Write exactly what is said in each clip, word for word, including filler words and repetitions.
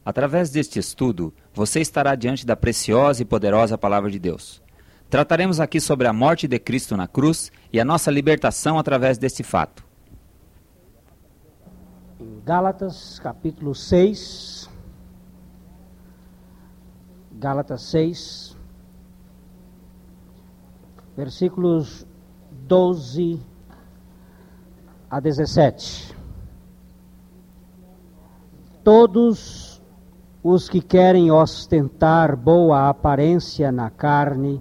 Através deste estudo, você estará diante da preciosa e poderosa Palavra de Deus. Trataremos aqui sobre a morte de Cristo na cruz e a nossa libertação através deste fato. Em Gálatas, capítulo seis, Gálatas seis, versículos doze a dezessete. Todos os que querem ostentar boa aparência na carne,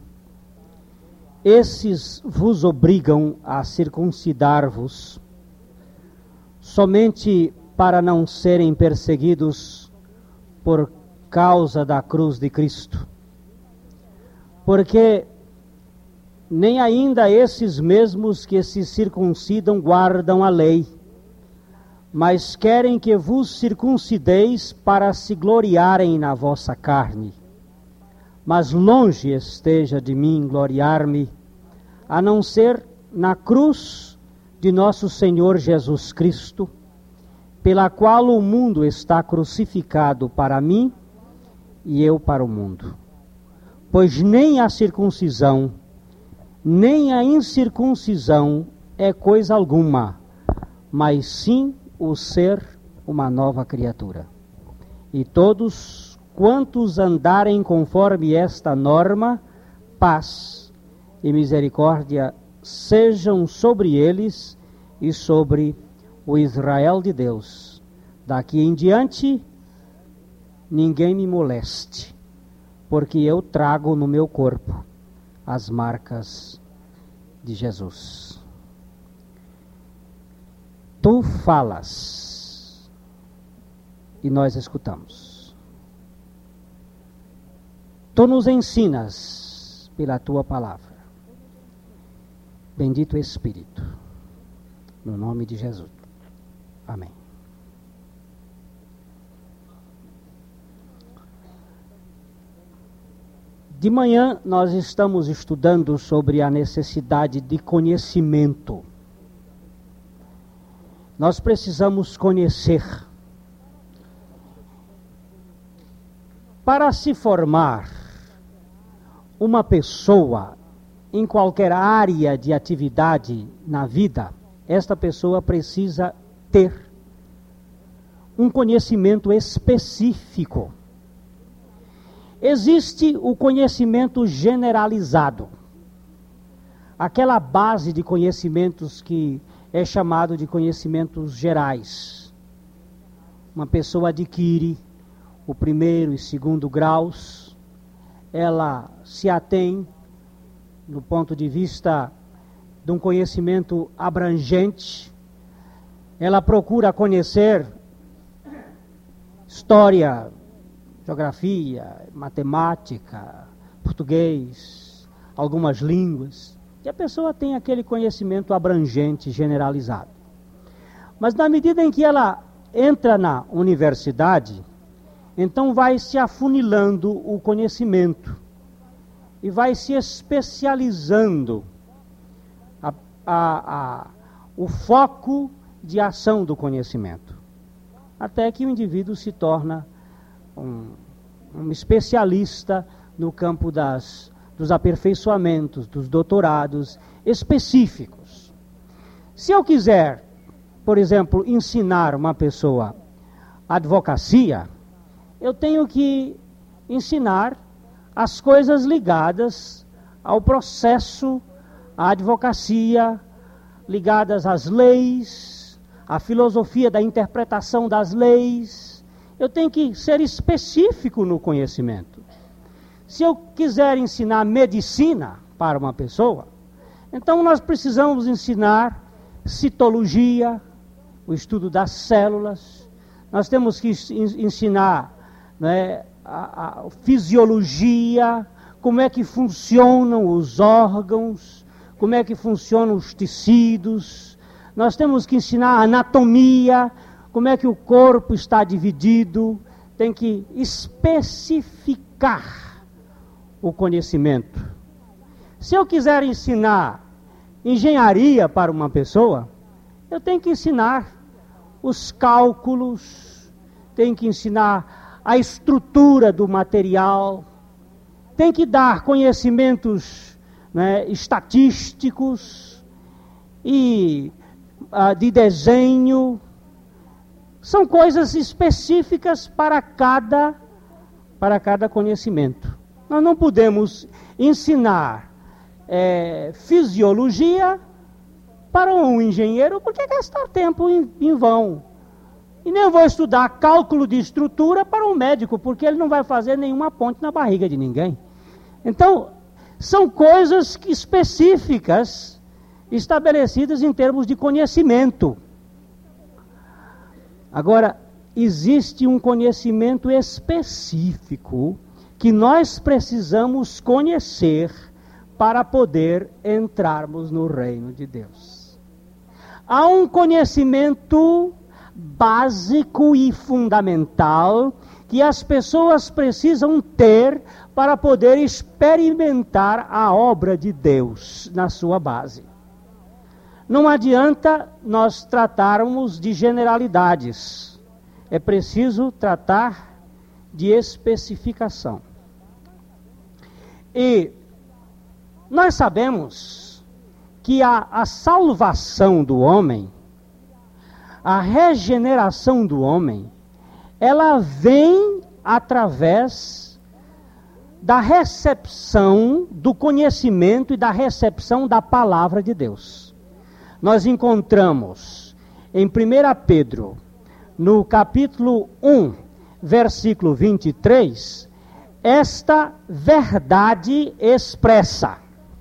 esses vos obrigam a circuncidar-vos, somente para não serem perseguidos por causa da cruz de Cristo. Porque nem ainda esses mesmos que se circuncidam guardam a lei, mas querem que vos circuncideis para se gloriarem na vossa carne. Mas longe esteja de mim gloriar-me, a não ser na cruz de nosso Senhor Jesus Cristo, pela qual o mundo está crucificado para mim e eu para o mundo. Pois nem a circuncisão, nem a incircuncisão é coisa alguma, mas sim o ser uma nova criatura. E todos quantos andarem conforme esta norma, paz e misericórdia sejam sobre eles e sobre o Israel de Deus. Daqui em diante, ninguém me moleste, porque eu trago no meu corpo as marcas de Jesus. Tu falas e nós escutamos. Tu nos ensinas pela tua palavra. Bendito Espírito, no nome de Jesus. Amém. De manhã nós estamos estudando sobre a necessidade de conhecimento. Nós precisamos conhecer. Para se formar uma pessoa em qualquer área de atividade na vida, esta pessoa precisa ter um conhecimento específico. Existe o conhecimento generalizado, aquela base de conhecimentos que é chamado de conhecimentos gerais. Uma pessoa adquire o primeiro e segundo graus, ela se atém, do ponto de vista de um conhecimento abrangente, ela procura conhecer história, geografia, matemática, português, algumas línguas. E a pessoa tem aquele conhecimento abrangente, generalizado. Mas na medida em que ela entra na universidade, então vai se afunilando o conhecimento e vai se especializando a, a, a, o foco de ação do conhecimento, até que o indivíduo se torna um, um especialista no campo das dos aperfeiçoamentos, dos doutorados específicos. Se eu quiser, por exemplo, ensinar uma pessoa advocacia, eu tenho que ensinar as coisas ligadas ao processo, à advocacia, ligadas às leis, à filosofia da interpretação das leis. Eu tenho que ser específico no conhecimento. Se eu quiser ensinar medicina para uma pessoa, então nós precisamos ensinar citologia, o estudo das células. Nós temos que ensinar, né, a, a fisiologia, como é que funcionam os órgãos, como é que funcionam os tecidos. Nós temos que ensinar a anatomia, como é que o corpo está dividido. Tem que especificar o conhecimento. Se eu quiser ensinar engenharia para uma pessoa, eu tenho que ensinar os cálculos, tenho que ensinar a estrutura do material, tem que dar conhecimentos, né, estatísticos e uh, de desenho. São coisas específicas para cada, para cada conhecimento. Nós não podemos ensinar é, fisiologia para um engenheiro, porque é gastar tempo em, em vão. E nem vou estudar cálculo de estrutura para um médico, porque ele não vai fazer nenhuma ponte na barriga de ninguém. Então, são coisas específicas, estabelecidas em termos de conhecimento. Agora, existe um conhecimento específico que nós precisamos conhecer para poder entrarmos no reino de Deus. Há um conhecimento básico e fundamental que as pessoas precisam ter para poder experimentar a obra de Deus na sua base. Não adianta nós tratarmos de generalidades. É preciso tratar de especificação. E nós sabemos que a, a salvação do homem, a regeneração do homem, ela vem através da recepção do conhecimento e da recepção da palavra de Deus. Nós encontramos em primeira Pedro, no capítulo um, versículo vinte e três, esta verdade expressa.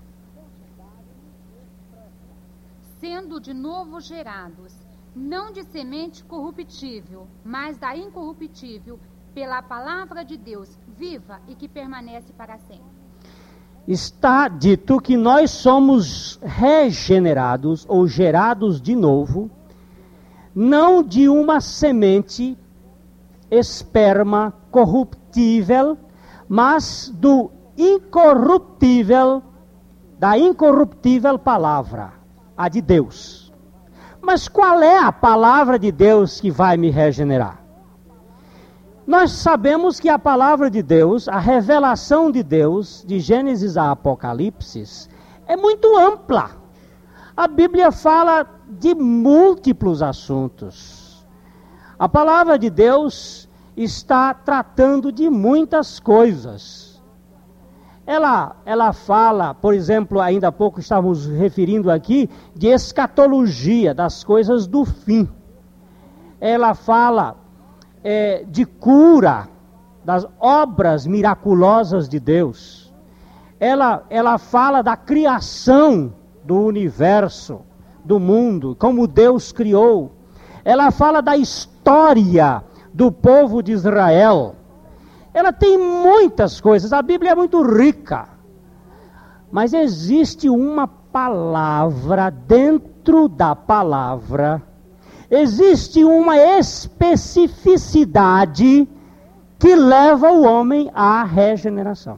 Sendo de novo gerados, não de semente corruptível, mas da incorruptível, pela palavra de Deus, viva e que permanece para sempre. Está dito que nós somos regenerados ou gerados de novo, não de uma semente, esperma corruptível, mas do incorruptível, da incorruptível palavra, a de Deus. Mas qual é a palavra de Deus que vai me regenerar? Nós sabemos que a palavra de Deus, a revelação de Deus, de Gênesis a Apocalipse, é muito ampla. A Bíblia fala de múltiplos assuntos. A palavra de Deus está tratando de muitas coisas. Ela, ela fala, por exemplo, ainda há pouco estávamos referindo aqui, de escatologia, das coisas do fim. Ela fala é, de cura, das obras miraculosas de Deus. Ela, ela fala da criação do universo, do mundo, como Deus criou. Ela fala da história do povo de Israel. Ela tem muitas coisas, a Bíblia é muito rica. Mas existe uma palavra dentro da palavra, existe uma especificidade que leva o homem à regeneração.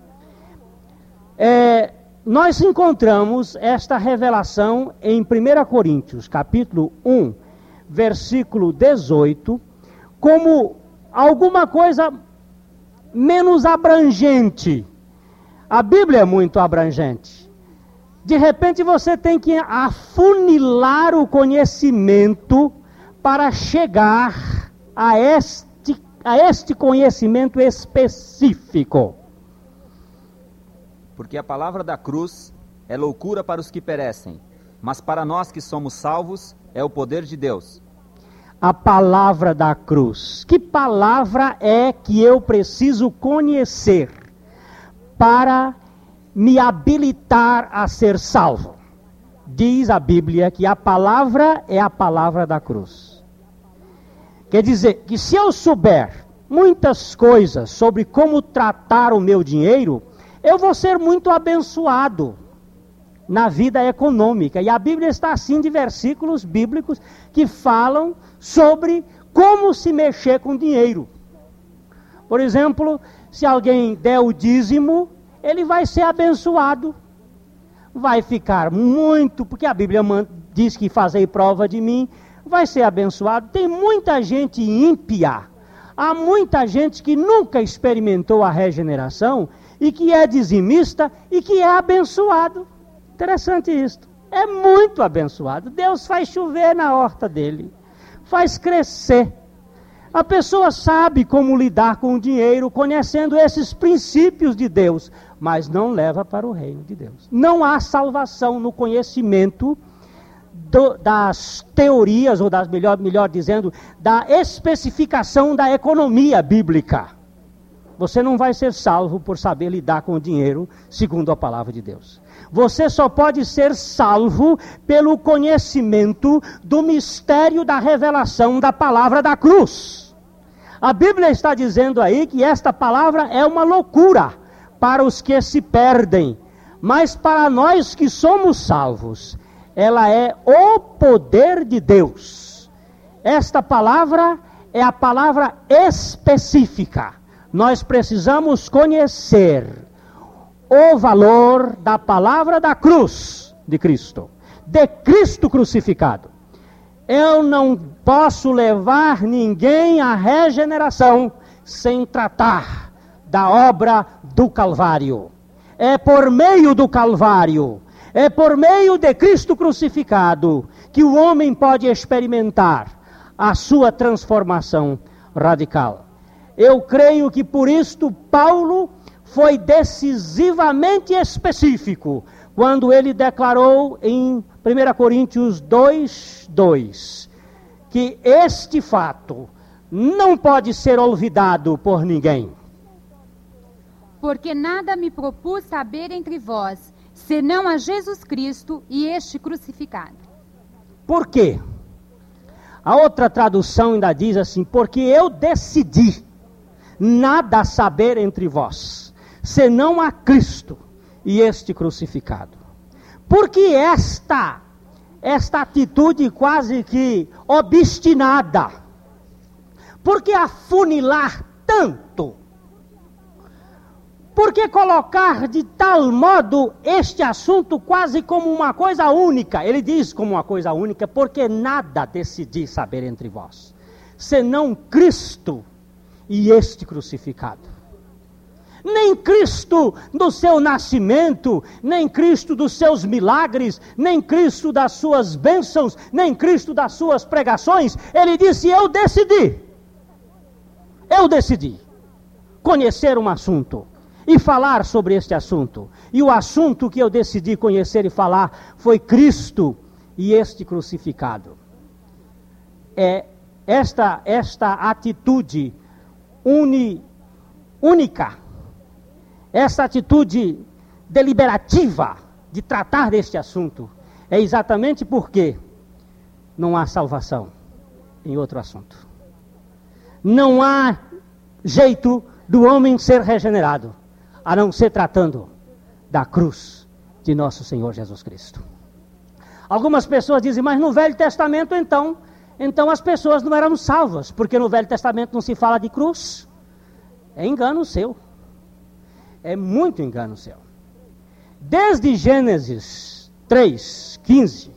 É, nós encontramos esta revelação em primeira Coríntios, capítulo um, versículo dezoito, como alguma coisa menos abrangente. A Bíblia é muito abrangente. De repente você tem que afunilar o conhecimento para chegar a este, a este conhecimento específico. Porque a palavra da cruz é loucura para os que perecem, mas para nós que somos salvos é o poder de Deus. A palavra da cruz. Que palavra é que eu preciso conhecer para me habilitar a ser salvo? Diz a Bíblia que a palavra é a palavra da cruz. Quer dizer que se eu souber muitas coisas sobre como tratar o meu dinheiro, eu vou ser muito abençoado na vida econômica. E a Bíblia está assim de versículos bíblicos que falam sobre como se mexer com dinheiro. Por exemplo, se alguém der o dízimo, ele vai ser abençoado. Vai ficar muito, porque a Bíblia diz que fazei prova de mim, vai ser abençoado. Tem muita gente ímpia, Há muita gente que nunca experimentou a regeneração e que é dizimista e que é abençoado. Interessante isso. É muito abençoado. Deus faz chover na horta dele, faz crescer. A pessoa sabe como lidar com o dinheiro, conhecendo esses princípios de Deus, mas não leva para o reino de Deus. Não há salvação no conhecimento do, das teorias, ou das, melhor, melhor dizendo, da especificação da economia bíblica. Você não vai ser salvo por saber lidar com o dinheiro, segundo a palavra de Deus. Você só pode ser salvo pelo conhecimento do mistério da revelação da palavra da cruz. A Bíblia está dizendo aí que esta palavra é uma loucura para os que se perdem, mas para nós que somos salvos, ela é o poder de Deus. Esta palavra é a palavra específica. Nós precisamos conhecer o valor da palavra da cruz de Cristo, de Cristo crucificado. Eu não posso levar ninguém à regeneração sem tratar da obra do Calvário. É por meio do Calvário, é por meio de Cristo crucificado, que o homem pode experimentar a sua transformação radical. Eu creio que por isto Paulo foi decisivamente específico quando ele declarou em primeira Coríntios dois, dois, que este fato não pode ser olvidado por ninguém. Porque nada me propus saber entre vós, senão a Jesus Cristo e este crucificado. Por quê? A outra tradução ainda diz assim, porque eu decidi nada saber entre vós, senão a Cristo e este crucificado. Porque esta, esta atitude quase que obstinada, porque afunilar tanto, porque colocar de tal modo este assunto quase como uma coisa única. Ele diz como uma coisa única, porque nada decidi saber entre vós, senão Cristo e este crucificado. Nem Cristo do seu nascimento, nem Cristo dos seus milagres, nem Cristo das suas bênçãos, nem Cristo das suas pregações. Ele disse, eu decidi, eu decidi conhecer um assunto e falar sobre este assunto. E o assunto que eu decidi conhecer e falar foi Cristo e este crucificado. É esta, esta atitude uni, única, essa atitude deliberativa de tratar deste assunto, é exatamente porque não há salvação em outro assunto. Não há jeito do homem ser regenerado, a não ser tratando da cruz de nosso Senhor Jesus Cristo. Algumas pessoas dizem, mas no Velho Testamento então, então as pessoas não eram salvas, porque no Velho Testamento não se fala de cruz. É engano seu. É muito engano seu. Desde Gênesis três, quinze,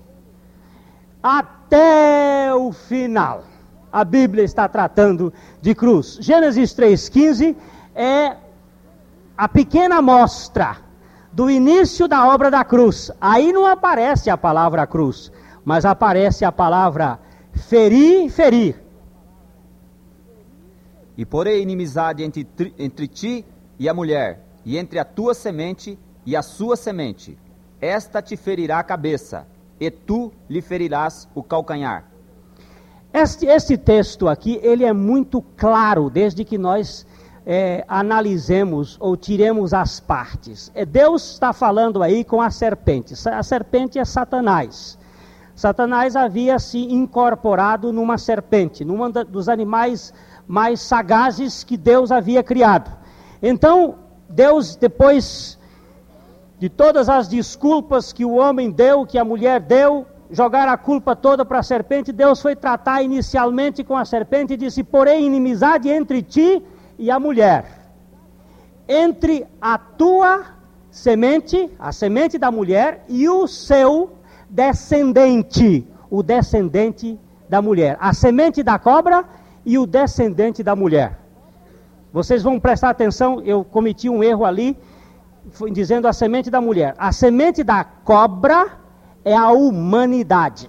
até o final, a Bíblia está tratando de cruz. Gênesis três, quinze é a pequena amostra do início da obra da cruz. Aí não aparece a palavra cruz, mas aparece a palavra ferir, ferir. E porei inimizade entre, entre ti e a mulher, e entre a tua semente e a sua semente. Esta te ferirá a cabeça, e tu lhe ferirás o calcanhar. Este, este texto aqui, ele é muito claro, desde que nós é, analisemos ou tiremos as partes. É, Deus está falando aí com a serpente. A serpente é Satanás. Satanás havia se incorporado numa serpente, num dos animais mais sagazes que Deus havia criado. Então, Deus, depois de todas as desculpas que o homem deu, que a mulher deu, jogar a culpa toda para a serpente, Deus foi tratar inicialmente com a serpente e disse, porém inimizade entre ti e a mulher, entre a tua semente, a semente da mulher, e o seu descendente, o descendente da mulher, a semente da cobra e o descendente da mulher. Vocês vão prestar atenção, eu cometi um erro ali, foi dizendo a semente da mulher. A semente da cobra é a humanidade.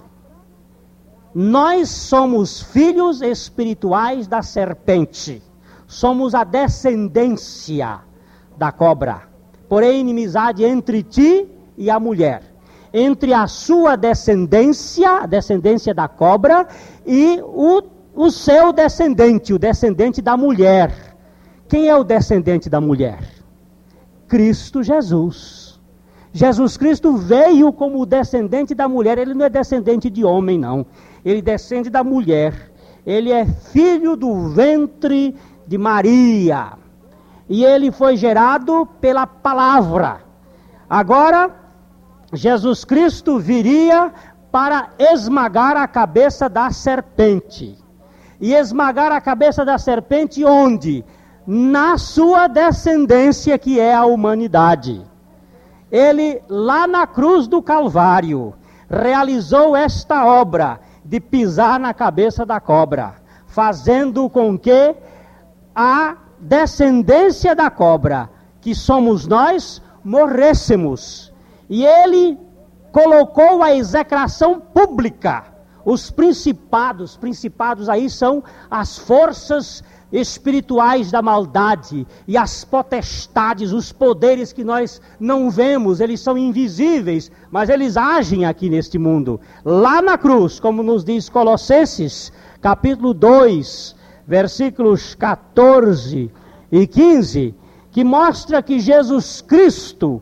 Nós somos filhos espirituais da serpente. Somos a descendência da cobra. Porém, inimizade entre ti e a mulher. Entre a sua descendência, a descendência da cobra, e o, o seu descendente, o descendente da mulher. Quem é o descendente da mulher? Cristo Jesus. Jesus Cristo veio como o descendente da mulher. Ele não é descendente de homem, não. Ele descende da mulher. Ele é filho do ventre de Maria. E ele foi gerado pela palavra. Agora, Jesus Cristo viria para esmagar a cabeça da serpente. E esmagar a cabeça da serpente onde? Na sua descendência, que é a humanidade. Ele, lá na cruz do Calvário, realizou esta obra de pisar na cabeça da cobra, fazendo com que a descendência da cobra, que somos nós, morrêssemos. E ele colocou a execração pública. Os principados, principados aí são as forças espirituais da maldade e as potestades, os poderes que nós não vemos, eles são invisíveis, mas eles agem aqui neste mundo. Lá na cruz, como nos diz Colossenses, capítulo dois, versículos catorze e quinze, que mostra que Jesus Cristo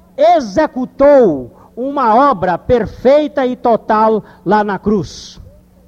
executou uma obra perfeita e total lá na cruz.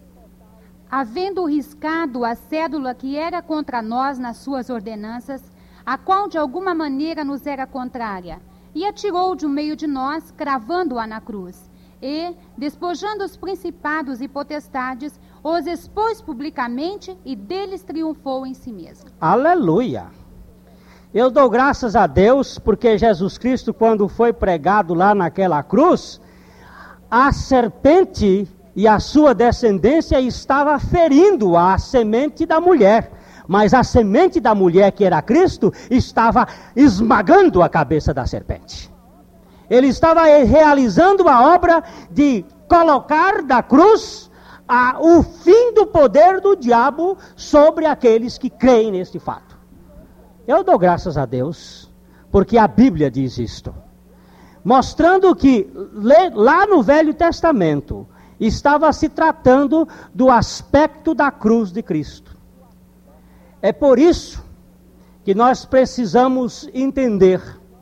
Havendo riscado a cédula que era contra nós nas suas ordenanças, a qual de alguma maneira nos era contrária, e atirou de um meio de nós, cravando-a na cruz. E, despojando os principados e potestades, os expôs publicamente e deles triunfou em si mesmo. Aleluia! Eu dou graças a Deus, porque Jesus Cristo, quando foi pregado lá naquela cruz, a serpente e a sua descendência estava ferindo a semente da mulher. Mas a semente da mulher, que era Cristo, estava esmagando a cabeça da serpente. Ele estava realizando a obra de colocar da cruz a, o fim do poder do diabo sobre aqueles que creem neste fato. Eu dou graças a Deus, porque a Bíblia diz isto. Mostrando que lá no Velho Testamento estava se tratando do aspecto da cruz de Cristo. É por isso que nós precisamos entender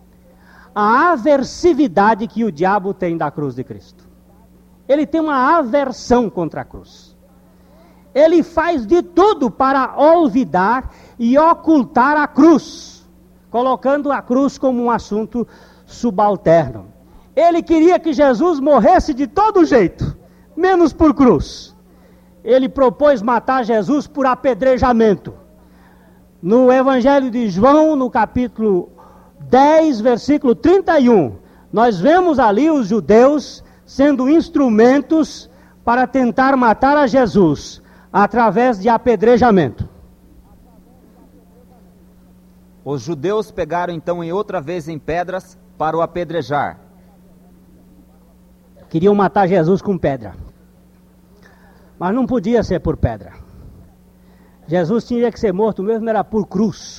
a aversividade que o diabo tem da cruz de Cristo. Ele tem uma aversão contra a cruz. Ele faz de tudo para olvidar e ocultar a cruz, colocando a cruz como um assunto subalterno. Ele queria que Jesus morresse de todo jeito, menos por cruz. Ele propôs matar Jesus por apedrejamento. No Evangelho de João, no capítulo dez, versículo trinta e um, nós vemos ali os judeus sendo instrumentos para tentar matar a Jesus através de apedrejamento. Os judeus pegaram então em outra vez em pedras para o apedrejar. Queriam matar Jesus com pedra. Mas não podia ser por pedra. Jesus tinha que ser morto mesmo, era por cruz.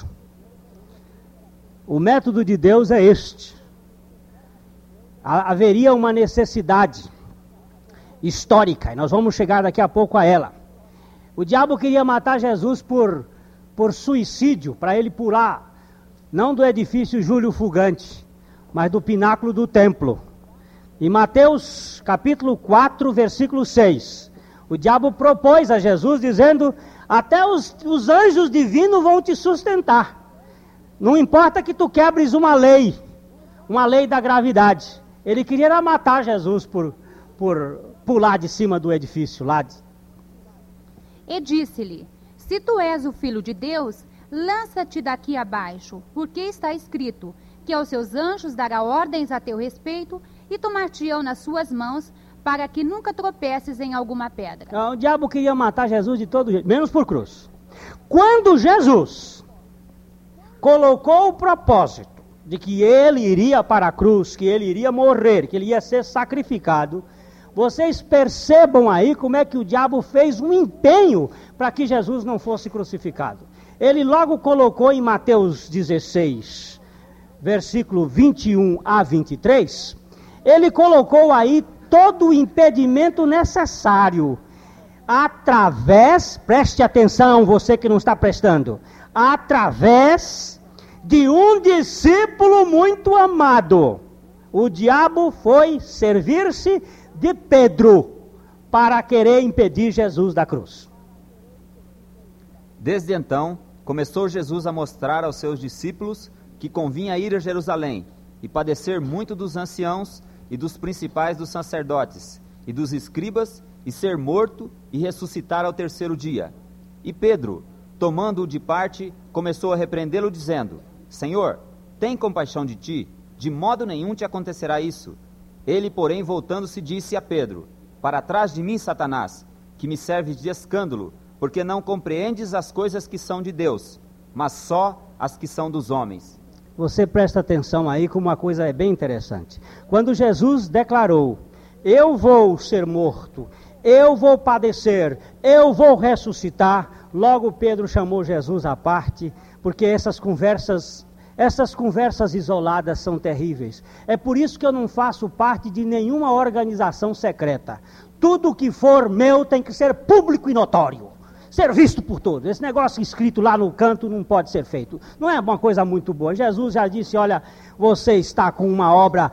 O método de Deus é este. Haveria uma necessidade histórica, e nós vamos chegar daqui a pouco a ela. O diabo queria matar Jesus por, por suicídio, para ele pular, não do edifício Júlio Fugante, mas do pináculo do templo. Em Mateus capítulo quatro, versículo seis, o diabo propôs a Jesus dizendo: até os, os anjos divinos vão te sustentar. Não importa que tu quebres uma lei, uma lei da gravidade. Ele queria matar Jesus por, por pular de cima do edifício lá. E disse-lhe: se tu és o filho de Deus, lança-te daqui abaixo, porque está escrito que aos seus anjos dará ordens a teu respeito e tomar-te-ão nas suas mãos, para que nunca tropeces em alguma pedra. O diabo queria matar Jesus de todo jeito, menos por cruz. Quando Jesus colocou o propósito de que ele iria para a cruz, que ele iria morrer, que ele ia ser sacrificado, vocês percebam aí como é que o diabo fez um empenho para que Jesus não fosse crucificado. Ele logo colocou em Mateus dezesseis, versículo vinte e um a vinte e três, ele colocou aí todo o impedimento necessário, através, preste atenção você que não está prestando, através de um discípulo muito amado. O diabo foi servir-se de Pedro para querer impedir Jesus da cruz. Desde então, começou Jesus a mostrar aos seus discípulos que convinha ir a Jerusalém e padecer muito dos anciãos e dos principais dos sacerdotes e dos escribas, e ser morto e ressuscitar ao terceiro dia. E Pedro, tomando-o de parte, começou a repreendê-lo, dizendo: Senhor, tem compaixão de ti, de modo nenhum te acontecerá isso. Ele, porém, voltando-se, disse a Pedro: Para trás de mim, Satanás, que me serves de escândalo, porque não compreendes as coisas que são de Deus, mas só as que são dos homens. Você presta atenção aí como uma coisa é bem interessante. Quando Jesus declarou: eu vou ser morto, eu vou padecer, eu vou ressuscitar, logo Pedro chamou Jesus à parte, porque essas conversas, essas conversas isoladas são terríveis. É por isso que eu não faço parte de nenhuma organização secreta. Tudo que for meu tem que ser público e notório, ser visto por todos. Esse negócio escrito lá no canto não pode ser feito. Não é uma coisa muito boa. Jesus já disse: olha, você está com uma obra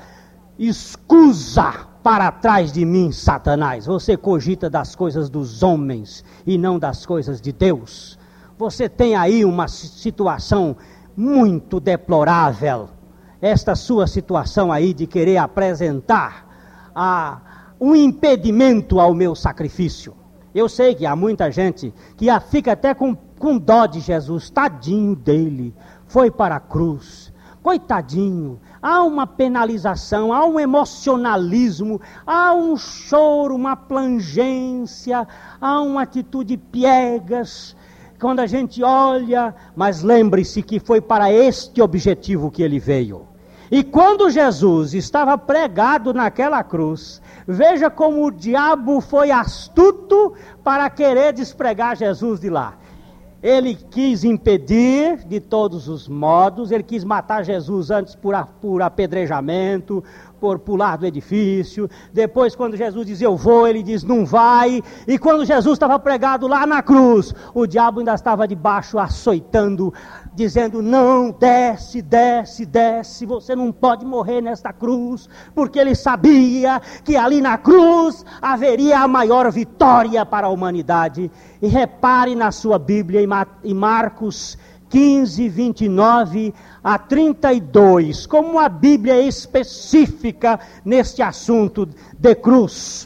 escusa para trás de mim, Satanás. Você cogita das coisas dos homens e não das coisas de Deus. Você tem aí uma situação muito deplorável. Esta sua situação aí de querer apresentar a, um impedimento ao meu sacrifício. Eu sei que há muita gente que fica até com, com dó de Jesus. Tadinho dele, foi para a cruz. Coitadinho, há uma penalização, há um emocionalismo, há um choro, uma plangência, há uma atitude piegas, quando a gente olha, mas lembre-se que foi para este objetivo que ele veio. E quando Jesus estava pregado naquela cruz, veja como o diabo foi astuto para querer despregar Jesus de lá. Ele quis impedir de todos os modos, ele quis matar Jesus antes por, a, por apedrejamento, por pular do edifício. Depois, quando Jesus diz eu vou, ele diz não vai. E quando Jesus estava pregado lá na cruz, o diabo ainda estava debaixo açoitando, dizendo não, desce, desce, desce, você não pode morrer nesta cruz, porque ele sabia que ali na cruz haveria a maior vitória para a humanidade. E repare na sua Bíblia, em Marcos quinze, vinte e nove a trinta e dois, como a Bíblia é específica neste assunto de cruz.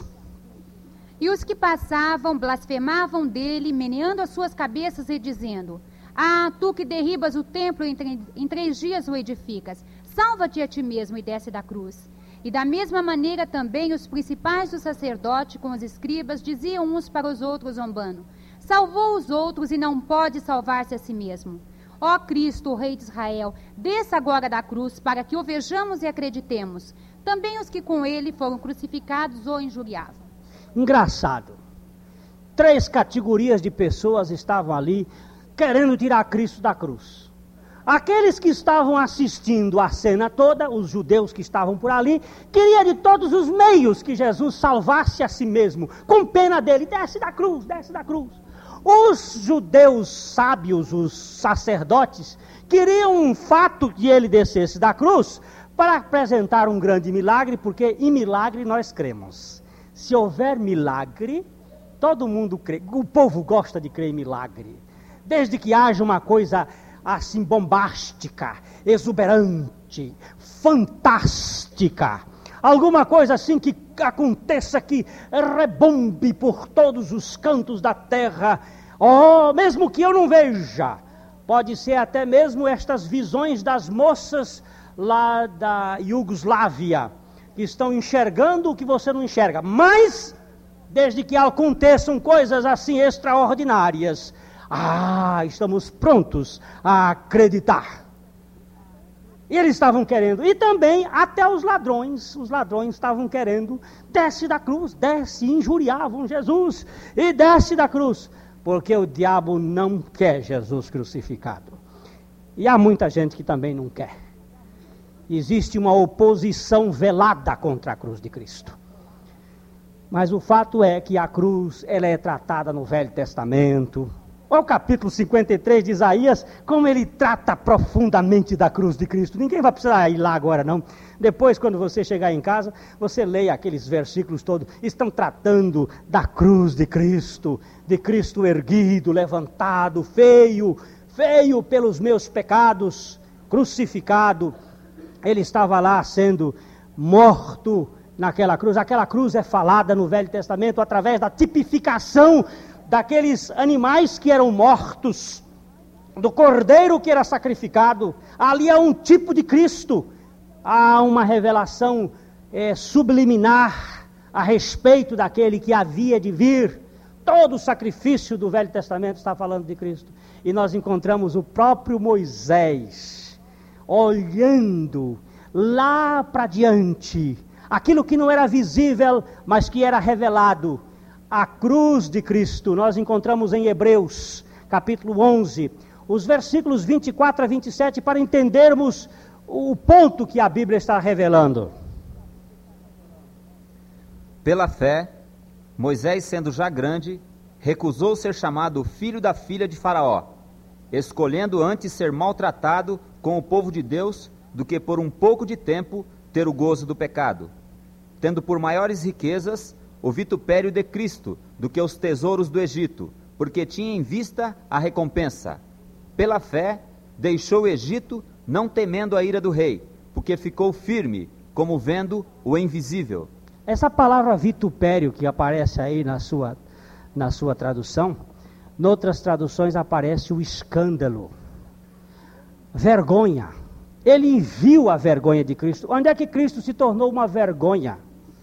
E os que passavam blasfemavam dele, meneando as suas cabeças e dizendo: ah, tu que derribas o templo e em, em três dias o edificas, salva-te a ti mesmo e desce da cruz. E da mesma maneira também os principais do sacerdote com os escribas diziam uns para os outros zombando: salvou os outros e não pode salvar-se a si mesmo. Ó Cristo, o Rei de Israel, desça agora da cruz para que o vejamos e acreditemos. Também os que com ele foram crucificados o injuriavam. Engraçado. Três categorias de pessoas estavam ali querendo tirar Cristo da cruz. Aqueles que estavam assistindo a cena toda, os judeus que estavam por ali, queriam de todos os meios que Jesus salvasse a si mesmo, com pena dele. Desce da cruz, desce da cruz. Os judeus sábios, os sacerdotes, queriam um fato que ele descesse da cruz para apresentar um grande milagre, porque em milagre nós cremos. Se houver milagre, todo mundo crê. O povo gosta de crer em milagre. Desde que haja uma coisa assim bombástica, exuberante, fantástica, alguma coisa assim que aconteça, que rebombe por todos os cantos da terra, oh, mesmo que eu não veja, pode ser até mesmo estas visões das moças lá da Iugoslávia, que estão enxergando o que você não enxerga, mas desde que aconteçam coisas assim extraordinárias, Ah, estamos prontos a acreditar. E eles estavam querendo, e também até os ladrões, os ladrões estavam querendo, desce da cruz, desce, injuriavam Jesus, e desce da cruz, porque o diabo não quer Jesus crucificado. E há muita gente que também não quer. Existe uma oposição velada contra a cruz de Cristo. Mas o fato é que a cruz, ela é tratada no Velho Testamento. Olha o capítulo cinquenta e três de Isaías, como ele trata profundamente da cruz de Cristo. Ninguém vai precisar ir lá agora, não. Depois, quando você chegar em casa, você leia aqueles versículos todos. Estão tratando da cruz de Cristo, de Cristo erguido, levantado, feio, feio pelos meus pecados, crucificado. Ele estava lá sendo morto naquela cruz. Aquela cruz é falada no Velho Testamento através da tipificação daqueles animais que eram mortos, do cordeiro que era sacrificado. Ali há um tipo de Cristo, há uma revelação é, subliminar a respeito daquele que havia de vir. Todo o sacrifício do Velho Testamento está falando de Cristo. E nós encontramos o próprio Moisés olhando lá para diante, aquilo que não era visível, mas que era revelado. A cruz de Cristo, nós encontramos em Hebreus, capítulo onze, os versículos vinte e quatro a vinte e sete, para entendermos o ponto que a Bíblia está revelando. Pela fé, Moisés, sendo já grande, recusou ser chamado filho da filha de Faraó, escolhendo antes ser maltratado com o povo de Deus do que por um pouco de tempo ter o gozo do pecado, tendo por maiores riquezas o vitupério de Cristo do que os tesouros do Egito, porque tinha em vista a recompensa. Pela fé, deixou o Egito, não temendo a ira do rei, porque ficou firme, como vendo o invisível. Essa palavra vitupério que aparece aí na sua, na sua tradução, noutras traduções aparece o escândalo, vergonha. Ele viu a vergonha de Cristo. Onde é que Cristo se tornou uma vergonha?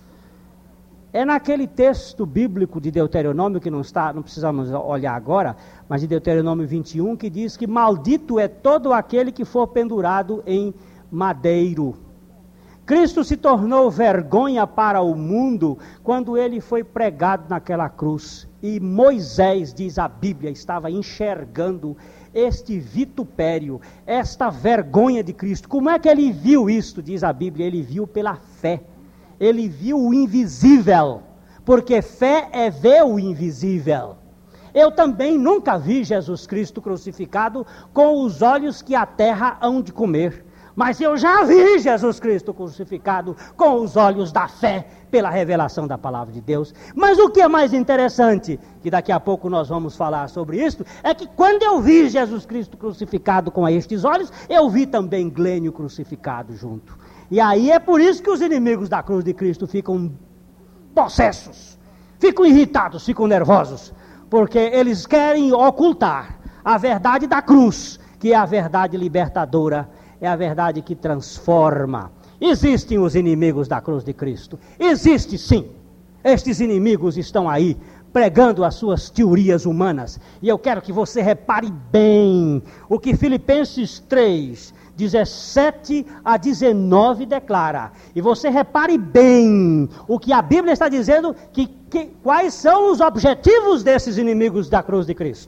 É naquele texto bíblico de Deuteronômio, que não está, não precisamos olhar agora, mas de Deuteronômio vinte e um, que diz que maldito é todo aquele que for pendurado em madeiro. Cristo se tornou vergonha para o mundo quando ele foi pregado naquela cruz. E Moisés, diz a Bíblia, estava enxergando este vitupério, esta vergonha de Cristo. Como é que ele viu isto, diz a Bíblia? Ele viu pela fé. Ele viu o invisível, porque fé é ver o invisível. Eu também nunca vi Jesus Cristo crucificado com os olhos que a terra hão de comer, mas eu já vi Jesus Cristo crucificado com os olhos da fé, pela revelação da palavra de Deus. Mas o que é mais interessante, que daqui a pouco nós vamos falar sobre isso, é que quando eu vi Jesus Cristo crucificado com estes olhos, eu vi também Glênio crucificado junto. E aí é por isso que os inimigos da cruz de Cristo ficam possessos, ficam irritados, ficam nervosos, porque eles querem ocultar a verdade da cruz, que é a verdade libertadora, é a verdade que transforma. Existem os inimigos da cruz de Cristo, existe sim, estes inimigos estão aí, pregando as suas teorias humanas, e eu quero que você repare bem o que Filipenses três, dezessete a dezenove declara, e você repare bem o que a Bíblia está dizendo, que, que, quais são os objetivos desses inimigos da cruz de Cristo.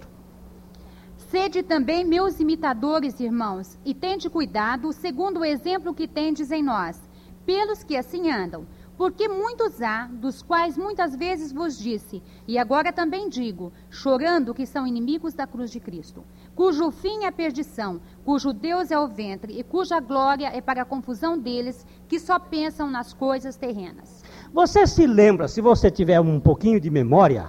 Sede também meus imitadores, irmãos, e tende cuidado, segundo o exemplo que tendes em nós, pelos que assim andam. Porque muitos há, dos quais muitas vezes vos disse, e agora também digo, chorando, que são inimigos da cruz de Cristo, cujo fim é perdição, cujo Deus é o ventre, e cuja glória é para a confusão deles, que só pensam nas coisas terrenas. Você se lembra, se você tiver um pouquinho de memória,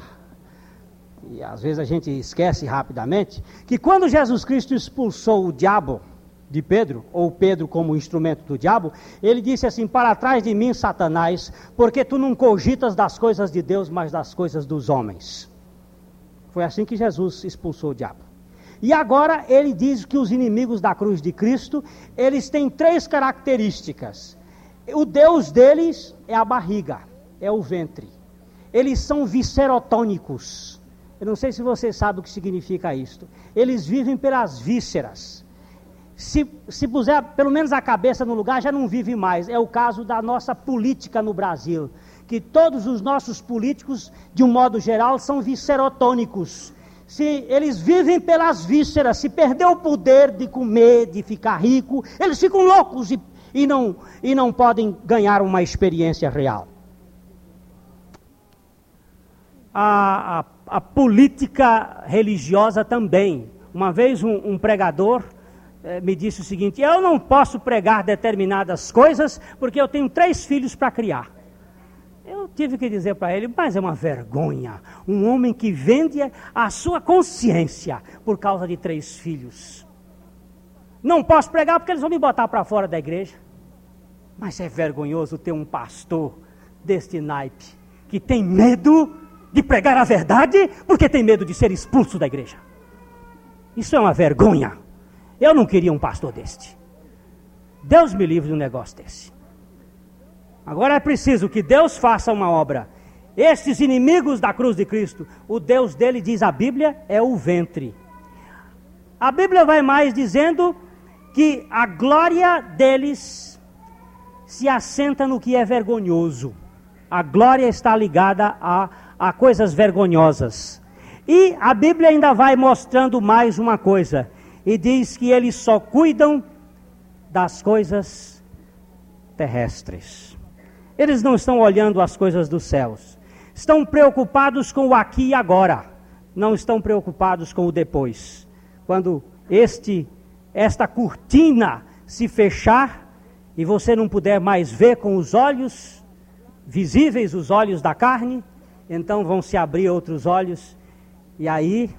e às vezes a gente esquece rapidamente, que quando Jesus Cristo expulsou o diabo de Pedro, ou Pedro como instrumento do diabo, ele disse assim: para trás de mim, Satanás, porque tu não cogitas das coisas de Deus, mas das coisas dos homens. Foi assim que Jesus expulsou o diabo. E agora ele diz que os inimigos da cruz de Cristo, eles têm três características. O Deus deles é a barriga, é o ventre. Eles são viscerotônicos. Eu não sei se você sabe o que significa isto. Eles vivem pelas vísceras. Se, se puser pelo menos a cabeça no lugar, já não vive mais. É o caso da nossa política no Brasil. Que todos os nossos políticos, de um modo geral, são viscerotônicos. Se eles vivem pelas vísceras, se perder o poder de comer, de ficar rico, eles ficam loucos e, e, não, e não podem ganhar uma experiência real. A, a, a política religiosa também. Uma vez um, um pregador eh, me disse o seguinte: eu não posso pregar determinadas coisas porque eu tenho três filhos para criar. Eu tive que dizer para ele, mas é uma vergonha, um homem que vende a sua consciência por causa de três filhos. Não posso pregar porque eles vão me botar para fora da igreja. Mas é vergonhoso ter um pastor deste naipe, que tem medo de pregar a verdade, porque tem medo de ser expulso da igreja. Isso é uma vergonha. Eu não queria um pastor deste. Deus me livre de um negócio desse. Agora é preciso que Deus faça uma obra. Estes inimigos da cruz de Cristo, o Deus dele, diz a Bíblia, é o ventre. A Bíblia vai mais dizendo que a glória deles se assenta no que é vergonhoso. A glória está ligada a, a coisas vergonhosas. E a Bíblia ainda vai mostrando mais uma coisa. E diz que eles só cuidam das coisas terrestres. Eles não estão olhando as coisas dos céus. Estão preocupados com o aqui e agora. Não estão preocupados com o depois. Quando este, esta cortina se fechar e você não puder mais ver com os olhos visíveis, os olhos da carne, então vão se abrir outros olhos e aí,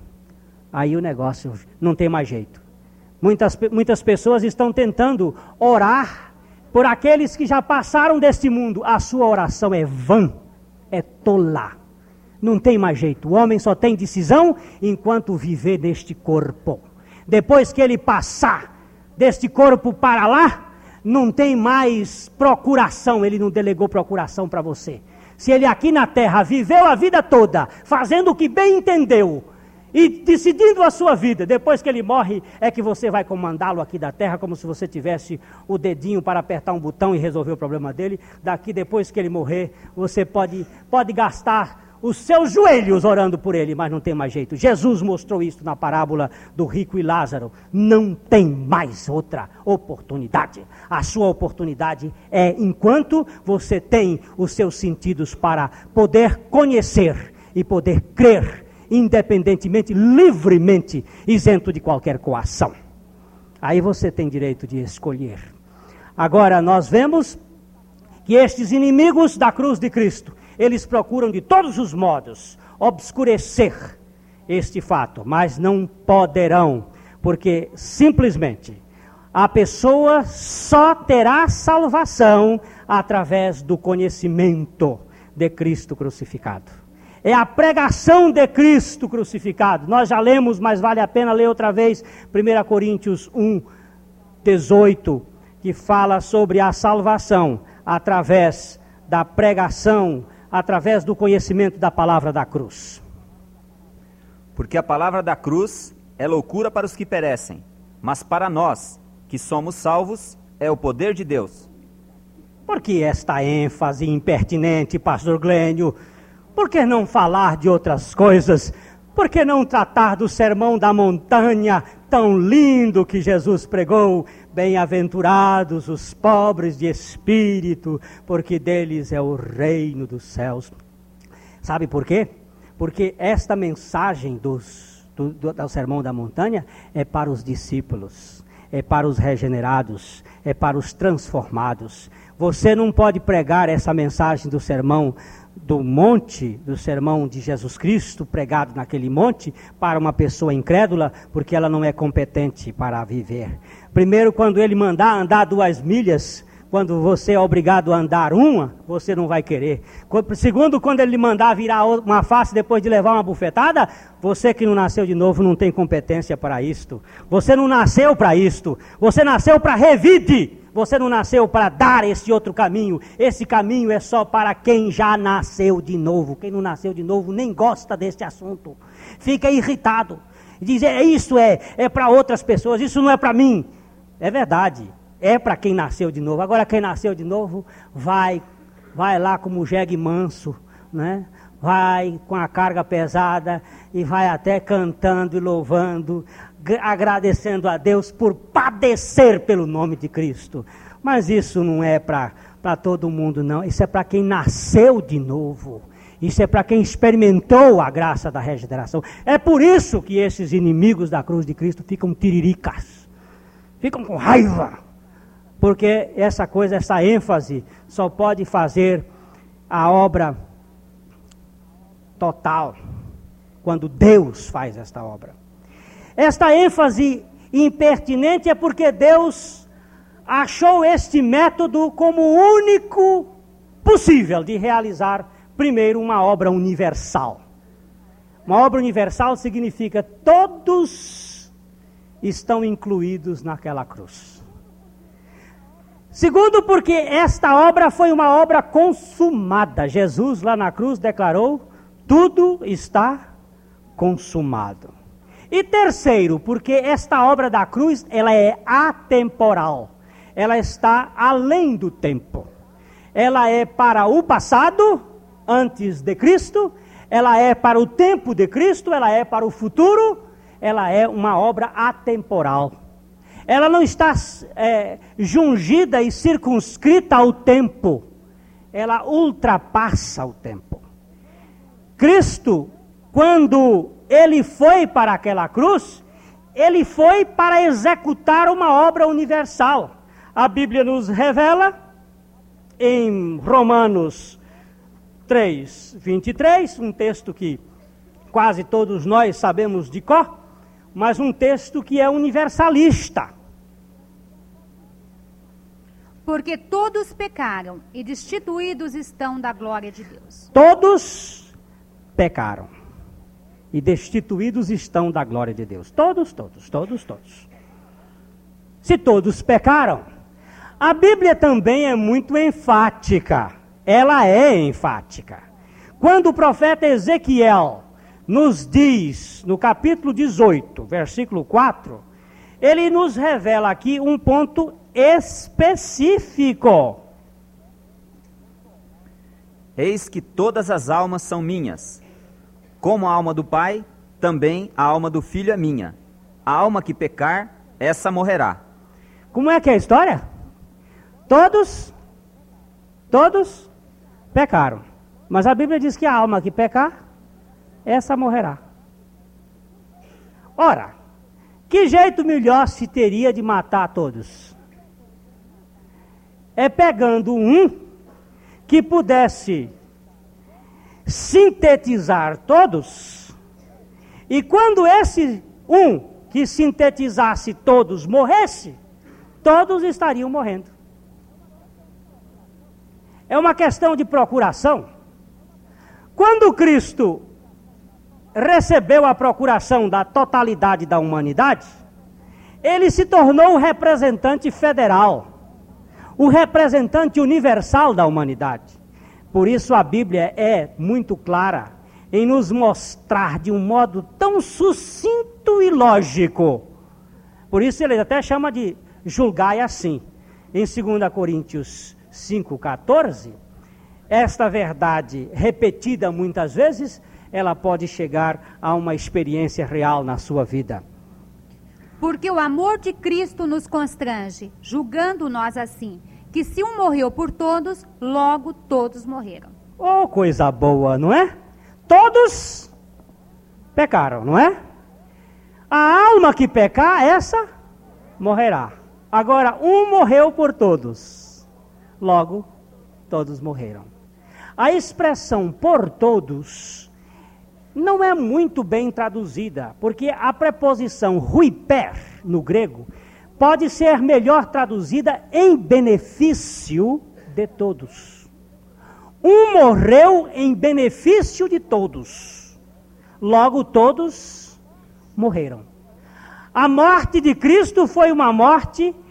aí o negócio não tem mais jeito. Muitas, muitas pessoas estão tentando orar por aqueles que já passaram deste mundo. A sua oração é vã, é tola. Não tem mais jeito. O homem só tem decisão enquanto viver neste corpo. Depois que ele passar deste corpo para lá, não tem mais procuração. Ele não delegou procuração para você. Se ele aqui na terra viveu a vida toda, fazendo o que bem entendeu, e decidindo a sua vida, depois que ele morre, é que você vai comandá-lo aqui da terra, como se você tivesse o dedinho para apertar um botão e resolver o problema dele. Daqui, depois que ele morrer, você pode, pode gastar os seus joelhos orando por ele, mas não tem mais jeito. Jesus mostrou isso na parábola do rico e Lázaro. Não tem mais outra oportunidade. A sua oportunidade é enquanto você tem os seus sentidos para poder conhecer e poder crer, independentemente, livremente, isento de qualquer coação. Aí você tem direito de escolher. Agora nós vemos que estes inimigos da cruz de Cristo, eles procuram de todos os modos obscurecer este fato, mas não poderão, porque simplesmente a pessoa só terá salvação através do conhecimento de Cristo crucificado. É a pregação de Cristo crucificado. Nós já lemos, mas vale a pena ler outra vez, primeira Coríntios um, dezoito, que fala sobre a salvação através da pregação, através do conhecimento da palavra da cruz. Porque a palavra da cruz é loucura para os que perecem, mas para nós, que somos salvos, é o poder de Deus. Por que esta ênfase impertinente, pastor Glênio? Por que não falar de outras coisas? Por que não tratar do sermão da montanha tão lindo que Jesus pregou? Bem-aventurados os pobres de espírito, porque deles é o reino dos céus. Sabe por quê? Porque esta mensagem dos, do, do, do sermão da montanha é para os discípulos, é para os regenerados, é para os transformados. Você não pode pregar essa mensagem do sermão do monte, do sermão de Jesus Cristo pregado naquele monte para uma pessoa incrédula, porque ela não é competente para viver. Primeiro, quando ele mandar andar duas milhas, quando você é obrigado a andar uma, você não vai querer. Segundo, quando ele mandar virar uma face depois de levar uma bufetada, você que não nasceu de novo não tem competência para isto. Você não nasceu para isto. Você nasceu para revide Você não nasceu para dar esse outro caminho. Esse caminho é só para quem já nasceu de novo. Quem não nasceu de novo nem gosta desse assunto. Fica irritado. Diz, é, isso é, é para outras pessoas, isso não é para mim. É verdade, é para quem nasceu de novo. Agora quem nasceu de novo, vai, vai lá como jegue manso, né? Vai com a carga pesada e vai até cantando e louvando, agradecendo a Deus por padecer pelo nome de Cristo. Mas isso não é para todo mundo, não. Isso é para quem nasceu de novo. Isso é para quem experimentou a graça da regeneração. É por isso que esses inimigos da cruz de Cristo ficam tiriricas. Ficam com raiva. Porque essa coisa, essa ênfase, só pode fazer a obra total quando Deus faz esta obra. Esta ênfase impertinente é porque Deus achou este método como o único possível de realizar, primeiro, uma obra universal. Uma obra universal significa todos estão incluídos naquela cruz. Segundo, porque esta obra foi uma obra consumada. Jesus lá na cruz declarou: tudo está consumado. E terceiro, porque esta obra da cruz, ela é atemporal. Ela está além do tempo. Ela é para o passado, antes de Cristo. Ela é para o tempo de Cristo. Ela é para o futuro. Ela é uma obra atemporal. Ela não está é, jungida e circunscrita ao tempo. Ela ultrapassa o tempo. Cristo, quando ele foi para aquela cruz, ele foi para executar uma obra universal. A Bíblia nos revela em Romanos três, vinte e três, um texto que quase todos nós sabemos de cor, mas um texto que é universalista. Porque todos pecaram e destituídos estão da glória de Deus. Todos pecaram e destituídos estão da glória de Deus. Todos, todos, todos, todos. Se todos pecaram, a Bíblia também é muito enfática. Ela é enfática. Quando o profeta Ezequiel nos diz, no capítulo dezoito, versículo quatro, ele nos revela aqui um ponto específico. Eis que todas as almas são minhas. Como a alma do Pai, também a alma do Filho é minha. A alma que pecar, essa morrerá. Como é que é a história? Todos, todos pecaram. Mas a Bíblia diz que a alma que pecar, essa morrerá. Ora, que jeito melhor se teria de matar todos? É pegando um que pudesse sintetizar todos, e quando esse um que sintetizasse todos morresse, todos estariam morrendo. É uma questão de procuração. Quando Cristo recebeu a procuração da totalidade da humanidade, ele se tornou o representante federal, o representante universal da humanidade. Por isso a Bíblia é muito clara em nos mostrar de um modo tão sucinto e lógico. Por isso ele até chama de julgai assim. Em dois Coríntios cinco, quatorze, esta verdade repetida muitas vezes, ela pode chegar a uma experiência real na sua vida. Porque o amor de Cristo nos constrange, julgando nós assim, que se um morreu por todos, logo todos morreram. Oh, coisa boa, não é? Todos pecaram, não é? A alma que pecar, essa morrerá. Agora, um morreu por todos, logo todos morreram. A expressão por todos não é muito bem traduzida, porque a preposição huiper, no grego, pode ser melhor traduzida em benefício de todos. Um morreu em benefício de todos. Logo todos morreram. A morte de Cristo foi uma morte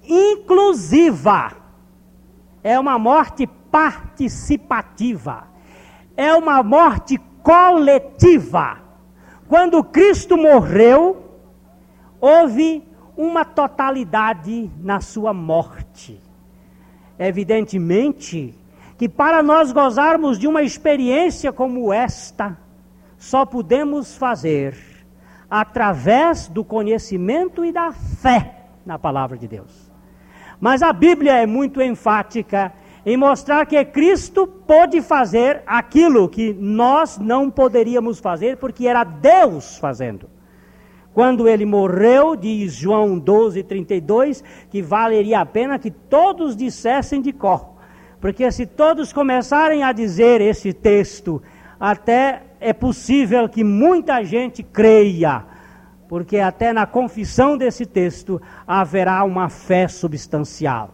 inclusiva, é uma morte participativa, é uma morte coletiva. Quando Cristo morreu, houve uma totalidade na sua morte. Evidentemente que para nós gozarmos de uma experiência como esta, só podemos fazer através do conhecimento e da fé na palavra de Deus. Mas a Bíblia é muito enfática em mostrar que Cristo pôde fazer aquilo que nós não poderíamos fazer, porque era Deus fazendo. Quando ele morreu, diz João doze, trinta e dois, que valeria a pena que todos dissessem de cor. Porque se todos começarem a dizer esse texto, até é possível que muita gente creia. Porque até na confissão desse texto haverá uma fé substancial.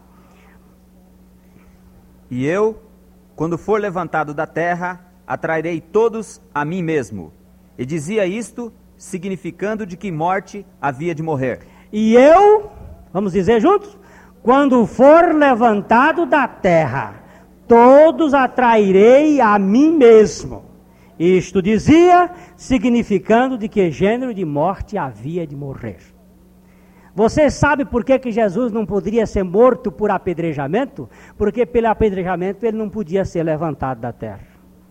E eu, quando for levantado da terra, atrairei todos a mim mesmo. E dizia isto, significando de que morte havia de morrer. E eu, vamos dizer juntos? Quando for levantado da terra, todos atrairei a mim mesmo. Isto dizia, significando de que gênero de morte havia de morrer. Você sabe por que que Jesus não poderia ser morto por apedrejamento? Porque pelo apedrejamento ele não podia ser levantado da terra.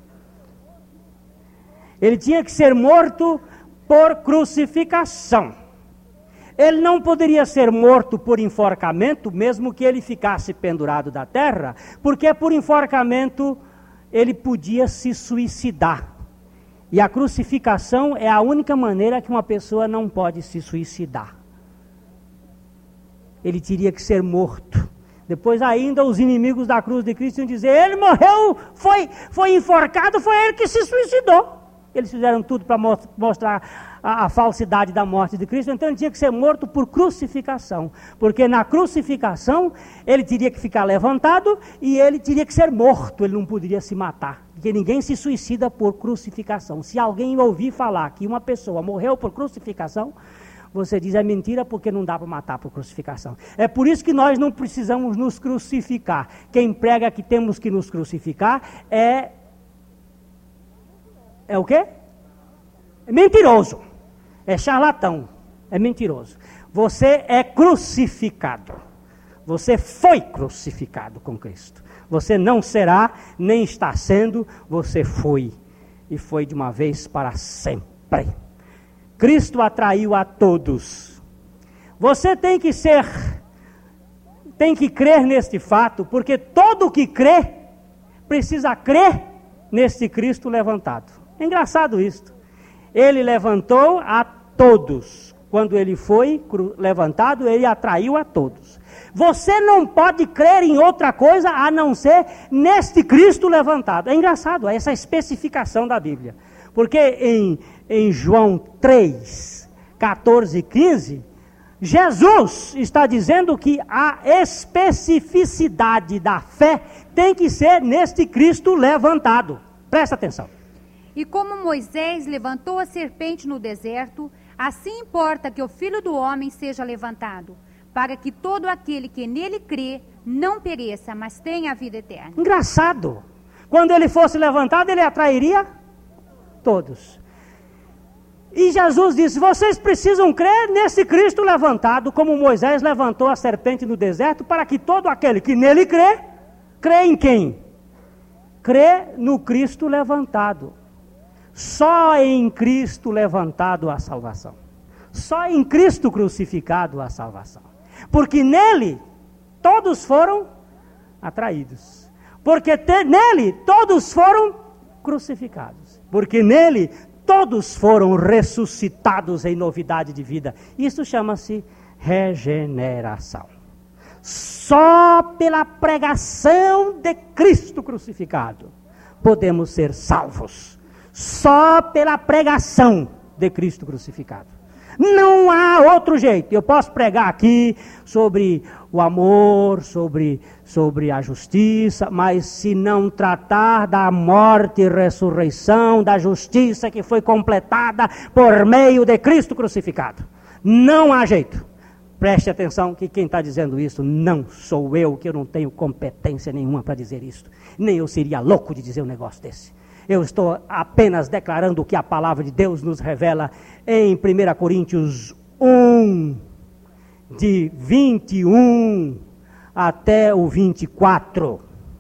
Ele tinha que ser morto por crucificação. Ele não poderia ser morto por enforcamento, mesmo que ele ficasse pendurado da terra, porque por enforcamento ele podia se suicidar. E a crucificação é a única maneira que uma pessoa não pode se suicidar. Ele teria que ser morto. Depois ainda os inimigos da cruz de Cristo iam dizer, ele morreu, foi, foi enforcado, foi ele que se suicidou. Eles fizeram tudo para mostrar a, a falsidade da morte de Cristo, então ele tinha que ser morto por crucificação. Porque na crucificação ele teria que ficar levantado e ele teria que ser morto, ele não poderia se matar. Porque ninguém se suicida por crucificação. Se alguém ouvir falar que uma pessoa morreu por crucificação, você diz, é mentira porque não dá para matar por crucificação. É por isso que nós não precisamos nos crucificar. Quem prega que temos que nos crucificar é... É o quê? É mentiroso. É charlatão. É mentiroso. Você é crucificado. Você foi crucificado com Cristo. Você não será, nem está sendo, você foi. E foi de uma vez para sempre. Cristo atraiu a todos. Você tem que ser, tem que crer neste fato, porque todo que crê, precisa crer neste Cristo levantado. É engraçado isto. Ele levantou a todos. Quando ele foi levantado, ele atraiu a todos. Você não pode crer em outra coisa a não ser neste Cristo levantado. É engraçado essa especificação da Bíblia. Porque em, em João três, catorze e quinze, Jesus está dizendo que a especificidade da fé tem que ser neste Cristo levantado. Presta atenção. E como Moisés levantou a serpente no deserto, assim importa que o Filho do Homem seja levantado, para que todo aquele que nele crê não pereça, mas tenha a vida eterna. Engraçado. Quando ele fosse levantado, ele atrairia todos. E Jesus disse, vocês precisam crer nesse Cristo levantado, como Moisés levantou a serpente no deserto, para que todo aquele que nele crê, crê em quem? Crê no Cristo levantado. Só em Cristo levantado há salvação. Só em Cristo crucificado há salvação. Porque nele todos foram atraídos. Porque te, nele todos foram crucificados. Porque nele todos foram ressuscitados em novidade de vida. Isso chama-se regeneração. Só pela pregação de Cristo crucificado podemos ser salvos. Só pela pregação de Cristo crucificado. Não há outro jeito. Eu posso pregar aqui sobre o amor, sobre, sobre a justiça, mas se não tratar da morte e ressurreição, da justiça que foi completada por meio de Cristo crucificado, não há jeito. Preste atenção que quem está dizendo isso não sou eu, que eu não tenho competência nenhuma para dizer isso. Nem eu seria louco de dizer um negócio desse. Eu estou apenas declarando o que a palavra de Deus nos revela em primeira Coríntios um, de vinte e um até o vinte e quatro.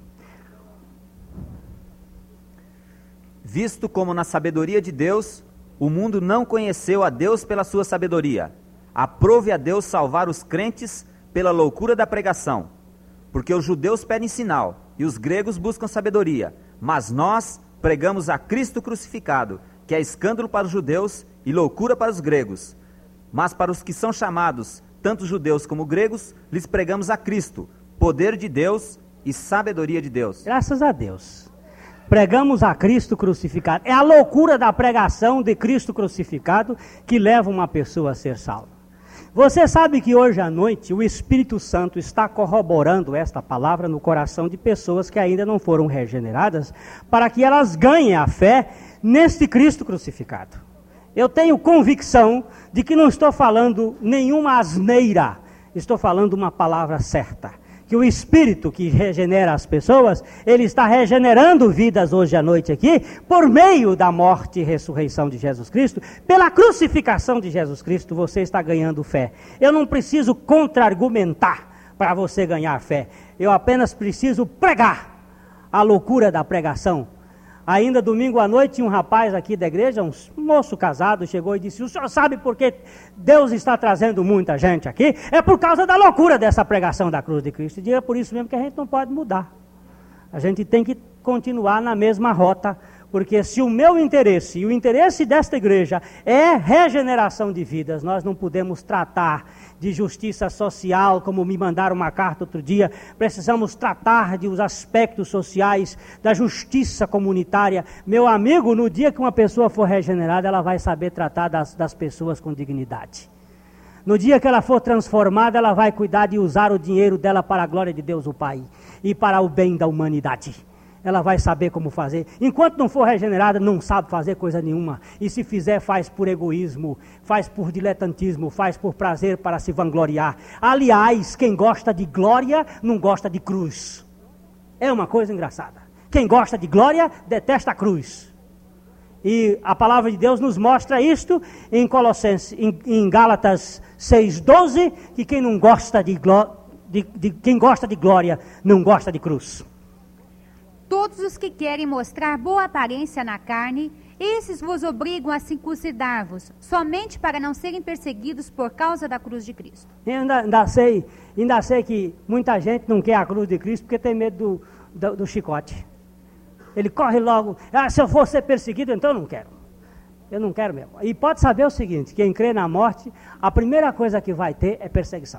Visto como na sabedoria de Deus, o mundo não conheceu a Deus pela sua sabedoria, aprove a Deus salvar os crentes pela loucura da pregação. Porque os judeus pedem sinal e os gregos buscam sabedoria, mas nós pregamos a Cristo crucificado, que é escândalo para os judeus e loucura para os gregos. Mas para os que são chamados, tanto judeus como gregos, lhes pregamos a Cristo, poder de Deus e sabedoria de Deus. Graças a Deus. Pregamos a Cristo crucificado. É a loucura da pregação de Cristo crucificado que leva uma pessoa a ser salva. Você sabe que hoje à noite o Espírito Santo está corroborando esta palavra no coração de pessoas que ainda não foram regeneradas, para que elas ganhem a fé neste Cristo crucificado. Eu tenho convicção de que não estou falando nenhuma asneira, estou falando uma palavra certa. Que o Espírito que regenera as pessoas, ele está regenerando vidas hoje à noite aqui, por meio da morte e ressurreição de Jesus Cristo, pela crucificação de Jesus Cristo, você está ganhando fé. Eu não preciso contra-argumentar para você ganhar fé, eu apenas preciso pregar a loucura da pregação. Ainda domingo à noite, um rapaz aqui da igreja, um moço casado, chegou e disse: o senhor sabe por que Deus está trazendo muita gente aqui? É por causa da loucura dessa pregação da cruz de Cristo. E é por isso mesmo que a gente não pode mudar. A gente tem que continuar na mesma rota, porque se o meu interesse e o interesse desta igreja é regeneração de vidas, nós não podemos tratar de justiça social, como me mandaram uma carta outro dia. Precisamos tratar de os aspectos sociais da justiça comunitária. Meu amigo, no dia que uma pessoa for regenerada, ela vai saber tratar das, das pessoas com dignidade. No dia que ela for transformada, ela vai cuidar de usar o dinheiro dela para a glória de Deus o Pai e para o bem da humanidade. Ela vai saber como fazer. Enquanto não for regenerada, não sabe fazer coisa nenhuma. E se fizer, faz por egoísmo, faz por diletantismo, faz por prazer para se vangloriar. Aliás, quem gosta de glória, não gosta de cruz. É uma coisa engraçada. Quem gosta de glória, detesta a cruz. E a palavra de Deus nos mostra isto em Colossenses, em, em Gálatas seis, doze, que quem não gosta de, de, de, quem gosta de glória, não gosta de cruz. Todos os que querem mostrar boa aparência na carne, esses vos obrigam a circuncidar-vos, somente para não serem perseguidos por causa da cruz de Cristo. Eu ainda, ainda, sei, ainda sei que muita gente não quer a cruz de Cristo porque tem medo do, do, do chicote. Ele corre logo: ah, se eu for ser perseguido, então eu não quero. Eu não quero mesmo. E pode saber o seguinte: quem crê na morte, a primeira coisa que vai ter é perseguição.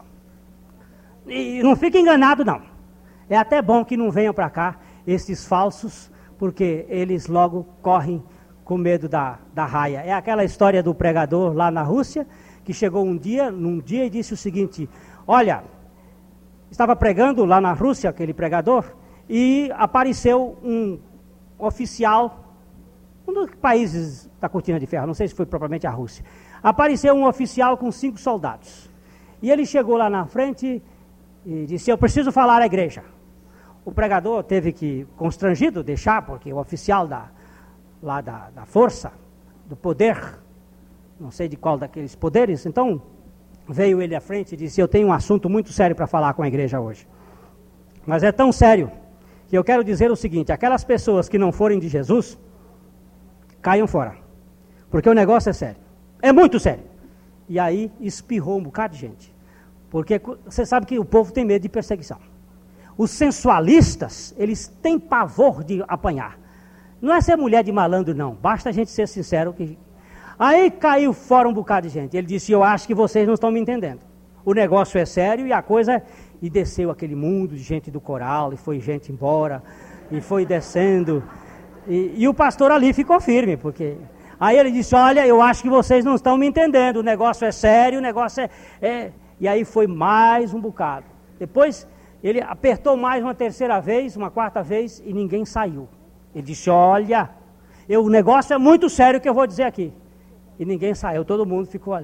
E não fique enganado, não. É até bom que não venham para cá esses falsos, porque eles logo correm com medo da, da raia. É aquela história do pregador lá na Rússia, que chegou um dia, num dia e disse o seguinte: olha, estava pregando lá na Rússia, aquele pregador, e apareceu um oficial, um dos países da cortina de ferro, não sei se foi propriamente a Rússia, apareceu um oficial com cinco soldados. E ele chegou lá na frente e disse: eu preciso falar à igreja. O pregador teve que, constrangido, deixar, porque o oficial da, lá da, da força, do poder, não sei de qual daqueles poderes, então veio ele à frente e disse: eu tenho um assunto muito sério para falar com a igreja hoje. Mas é tão sério que eu quero dizer o seguinte: aquelas pessoas que não forem de Jesus, caiam fora, porque o negócio é sério, é muito sério. E aí espirrou um bocado de gente, porque você sabe que o povo tem medo de perseguição. Os sensualistas, eles têm pavor de apanhar. Não é ser mulher de malandro, não. Basta a gente ser sincero. Que... Aí caiu fora um bocado de gente. Ele disse: eu acho que vocês não estão me entendendo. O negócio é sério e a coisa... E desceu aquele mundo de gente do coral, e foi gente embora, e foi descendo. E, e o pastor ali ficou firme, porque... Aí ele disse: olha, eu acho que vocês não estão me entendendo. O negócio é sério, o negócio é... é... E aí foi mais um bocado. Depois... Ele apertou mais uma terceira vez, uma quarta vez, e ninguém saiu. Ele disse: olha, eu, o negócio é muito sério que eu vou dizer aqui. E ninguém saiu, todo mundo ficou ali.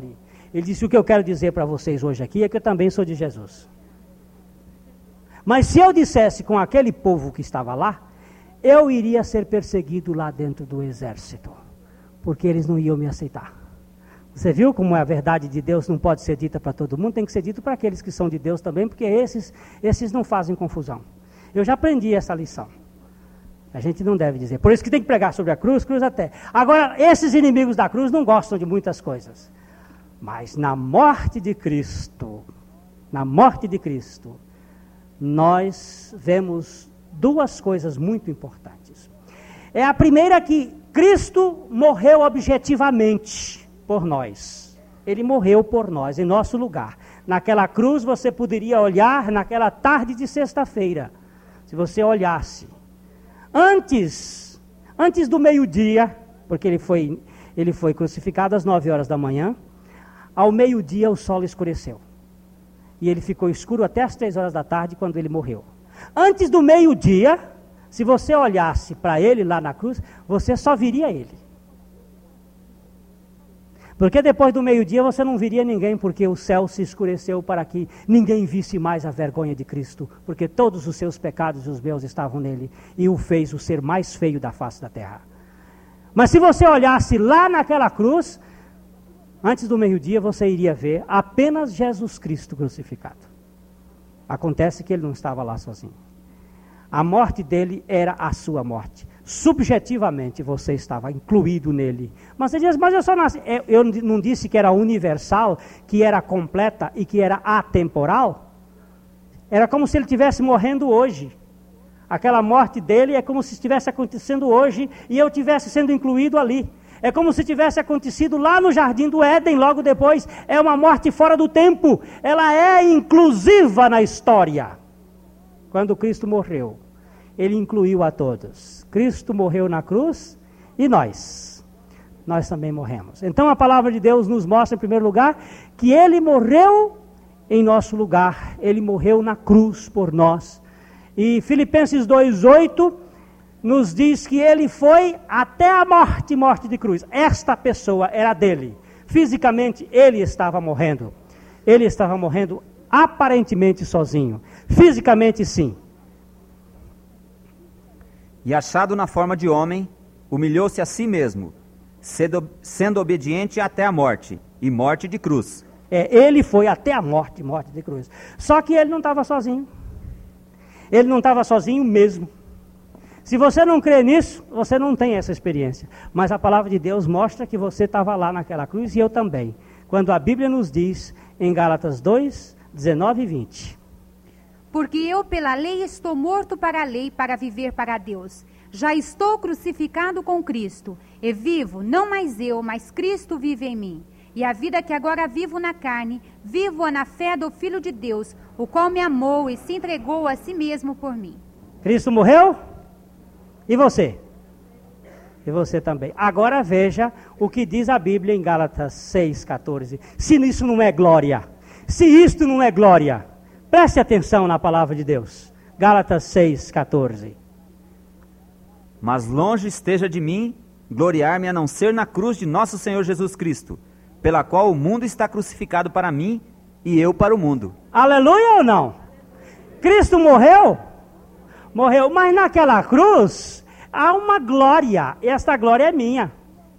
Ele disse, o que eu quero dizer para vocês hoje aqui é que eu também sou de Jesus. Mas se eu dissesse com aquele povo que estava lá, eu iria ser perseguido lá dentro do exército, porque eles não iam me aceitar. Você viu como a verdade de Deus não pode ser dita para todo mundo, tem que ser dito para aqueles que são de Deus também, porque esses, esses não fazem confusão. Eu já aprendi essa lição. A gente não deve dizer. Por isso que tem que pregar sobre a cruz, cruz até. Agora, esses inimigos da cruz não gostam de muitas coisas. Mas na morte de Cristo, na morte de Cristo, nós vemos duas coisas muito importantes. É a primeira que Cristo morreu objetivamente por nós. Ele morreu por nós, em nosso lugar. Naquela cruz você poderia olhar naquela tarde de sexta-feira. Se você olhasse. Antes, antes do meio-dia, porque ele foi, ele foi crucificado às nove horas da manhã, ao meio-dia o sol escureceu. E ele ficou escuro até às três horas da tarde, quando ele morreu. Antes do meio-dia, se você olhasse para ele lá na cruz, você só viria ele. Porque depois do meio-dia você não viria ninguém, porque o céu se escureceu para que ninguém visse mais a vergonha de Cristo, porque todos os seus pecados e os meus estavam nele, e o fez o ser mais feio da face da terra. Mas se você olhasse lá naquela cruz, antes do meio-dia você iria ver apenas Jesus Cristo crucificado. Acontece que ele não estava lá sozinho. A morte dele era a sua morte. Subjetivamente você estava incluído nele. Mas você diz, mas eu só nasci. Eu não disse que era universal, que era completa e que era atemporal? Era como se ele estivesse morrendo hoje. Aquela morte dele é como se estivesse acontecendo hoje e eu estivesse sendo incluído ali. É como se tivesse acontecido lá no Jardim do Éden, logo depois. É uma morte fora do tempo. Ela é inclusiva na história. Quando Cristo morreu, ele incluiu a todos. Cristo morreu na cruz e nós. Nós também morremos. Então a palavra de Deus nos mostra, em primeiro lugar, que ele morreu em nosso lugar. Ele morreu na cruz por nós. E Filipenses dois, oito nos diz que ele foi até a morte, morte de cruz. Esta pessoa era dele. Fisicamente ele estava morrendo. Ele estava morrendo aparentemente sozinho. Fisicamente sim. E achado na forma de homem, humilhou-se a si mesmo, sendo, sendo obediente até a morte, e morte de cruz. É, ele foi até a morte, morte de cruz. Só que ele não estava sozinho. Ele não estava sozinho mesmo. Se você não crê nisso, você não tem essa experiência. Mas a palavra de Deus mostra que você estava lá naquela cruz e eu também. Quando a Bíblia nos diz, em Gálatas dois, dezenove e vinte. Porque eu pela lei estou morto para a lei, para viver para Deus. Já estou crucificado com Cristo, e vivo, não mais eu, mas Cristo vive em mim. E a vida que agora vivo na carne, vivo-a na fé do Filho de Deus, o qual me amou e se entregou a si mesmo por mim. Cristo morreu? E você? E você também. Agora veja o que diz a Bíblia em Gálatas seis, quatorze. Se isso não é glória, se isto não é glória, preste atenção na palavra de Deus. Gálatas seis, quatorze. Mas longe esteja de mim gloriar-me a não ser na cruz de nosso Senhor Jesus Cristo, pela qual o mundo está crucificado para mim e eu para o mundo. Aleluia ou não? Cristo morreu? Morreu, mas naquela cruz há uma glória, e esta glória é minha.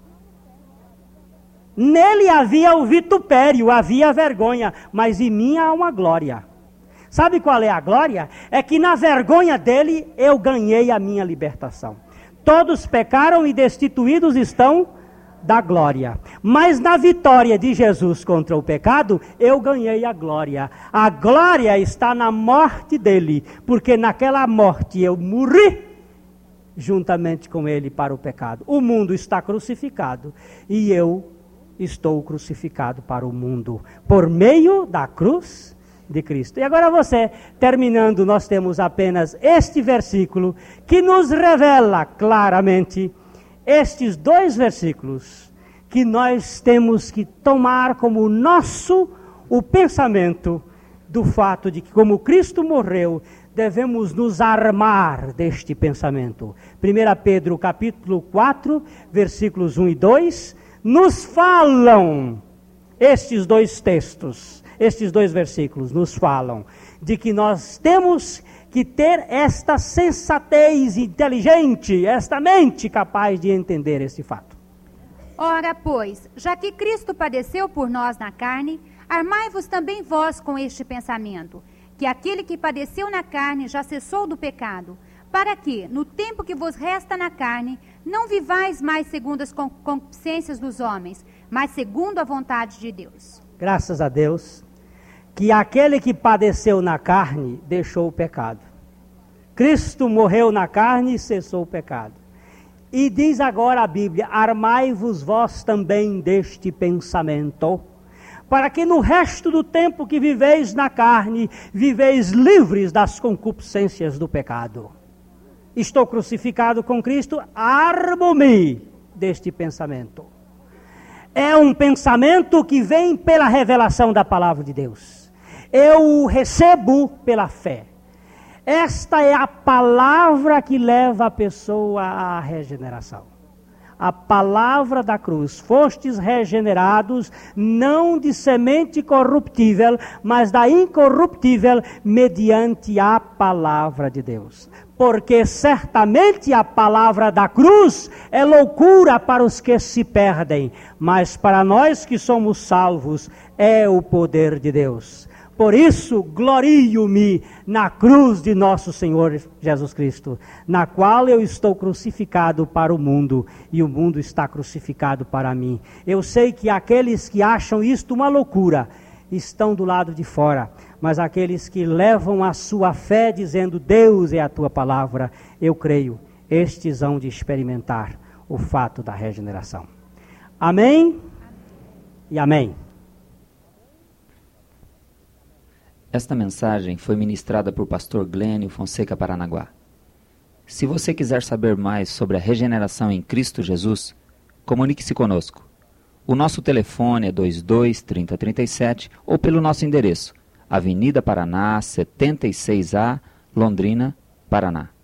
Nele havia o vitupério, havia a vergonha, mas em mim há uma glória. Sabe qual é a glória? É que na vergonha dele eu ganhei a minha libertação. Todos pecaram e destituídos estão da glória. Mas na vitória de Jesus contra o pecado, eu ganhei a glória. A glória está na morte dele, porque naquela morte eu morri juntamente com ele para o pecado. O mundo está crucificado e eu estou crucificado para o mundo, por meio da cruz de Cristo. E agora você, terminando, nós temos apenas este versículo que nos revela claramente estes dois versículos que nós temos que tomar como nosso o pensamento do fato de que, como Cristo morreu, devemos nos armar deste pensamento. primeira Pedro capítulo quatro, versículos um e dois, nos falam estes dois textos, estes dois versículos nos falam de que nós temos que ter esta sensatez inteligente, esta mente capaz de entender este fato. Ora, pois, já que Cristo padeceu por nós na carne, armai-vos também vós com este pensamento, que aquele que padeceu na carne já cessou do pecado, para que, no tempo que vos resta na carne, não vivais mais segundo as concupiscências dos homens, mas segundo a vontade de Deus. Graças a Deus, que aquele que padeceu na carne deixou o pecado. Cristo morreu na carne e cessou o pecado. E diz agora a Bíblia, armai-vos vós também deste pensamento, para que no resto do tempo que viveis na carne, viveis livres das concupiscências do pecado. Estou crucificado com Cristo, armo-me deste pensamento. É um pensamento que vem pela revelação da palavra de Deus. Eu o recebo pela fé. Esta é a palavra que leva a pessoa à regeneração. A palavra da cruz. Fostes regenerados, não de semente corruptível, mas da incorruptível, mediante a palavra de Deus. Porque certamente a palavra da cruz é loucura para os que se perdem, mas para nós que somos salvos é o poder de Deus. Por isso, glorio-me na cruz de nosso Senhor Jesus Cristo, na qual eu estou crucificado para o mundo e o mundo está crucificado para mim. Eu sei que aqueles que acham isto uma loucura estão do lado de fora, mas aqueles que levam a sua fé dizendo Deus é a tua palavra, eu creio, estes hão de experimentar o fato da regeneração. Amém e amém. Esta mensagem foi ministrada por pastor Glênio Fonseca Paranaguá. Se você quiser saber mais sobre a regeneração em Cristo Jesus, comunique-se conosco. O nosso telefone é dois dois, trinta, trinta e sete ou pelo nosso endereço, Avenida Paraná, setenta e seis A, Londrina, Paraná.